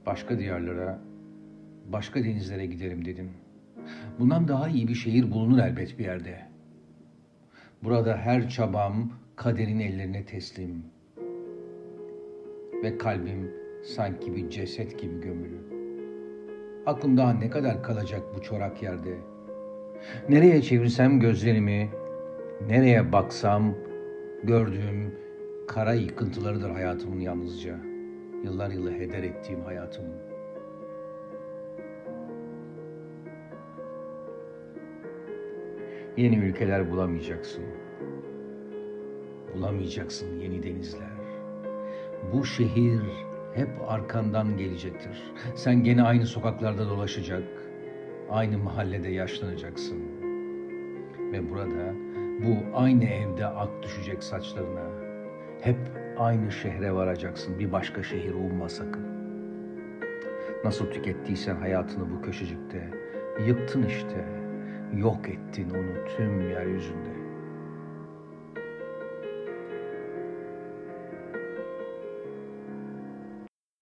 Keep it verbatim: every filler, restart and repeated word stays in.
Başka diyarlara, başka denizlere giderim dedim. Bundan daha iyi bir şehir bulunur elbet bir yerde. Burada her çabam kaderin ellerine teslim. Ve kalbim sanki bir ceset gibi gömülü. Aklım daha ne kadar kalacak bu çorak yerde? Nereye çevirsem gözlerimi, nereye baksam gördüğüm kara yıkıntılarıdır hayatımın yalnızca. Yıllar yılı heder ettiğim hayatımın. Yeni ülkeler bulamayacaksın. Bulamayacaksın yeni denizler. Bu şehir hep arkandan gelecektir. Sen gene aynı sokaklarda dolaşacak, aynı mahallede yaşlanacaksın. Ve burada bu aynı evde ak düşecek saçlarına. Hep aynı şehre varacaksın. Bir başka şehir umma sakın. Nasıl tükettiysen hayatını bu köşecikte, yıktın işte. Yok ettin onu tüm yeryüzünde.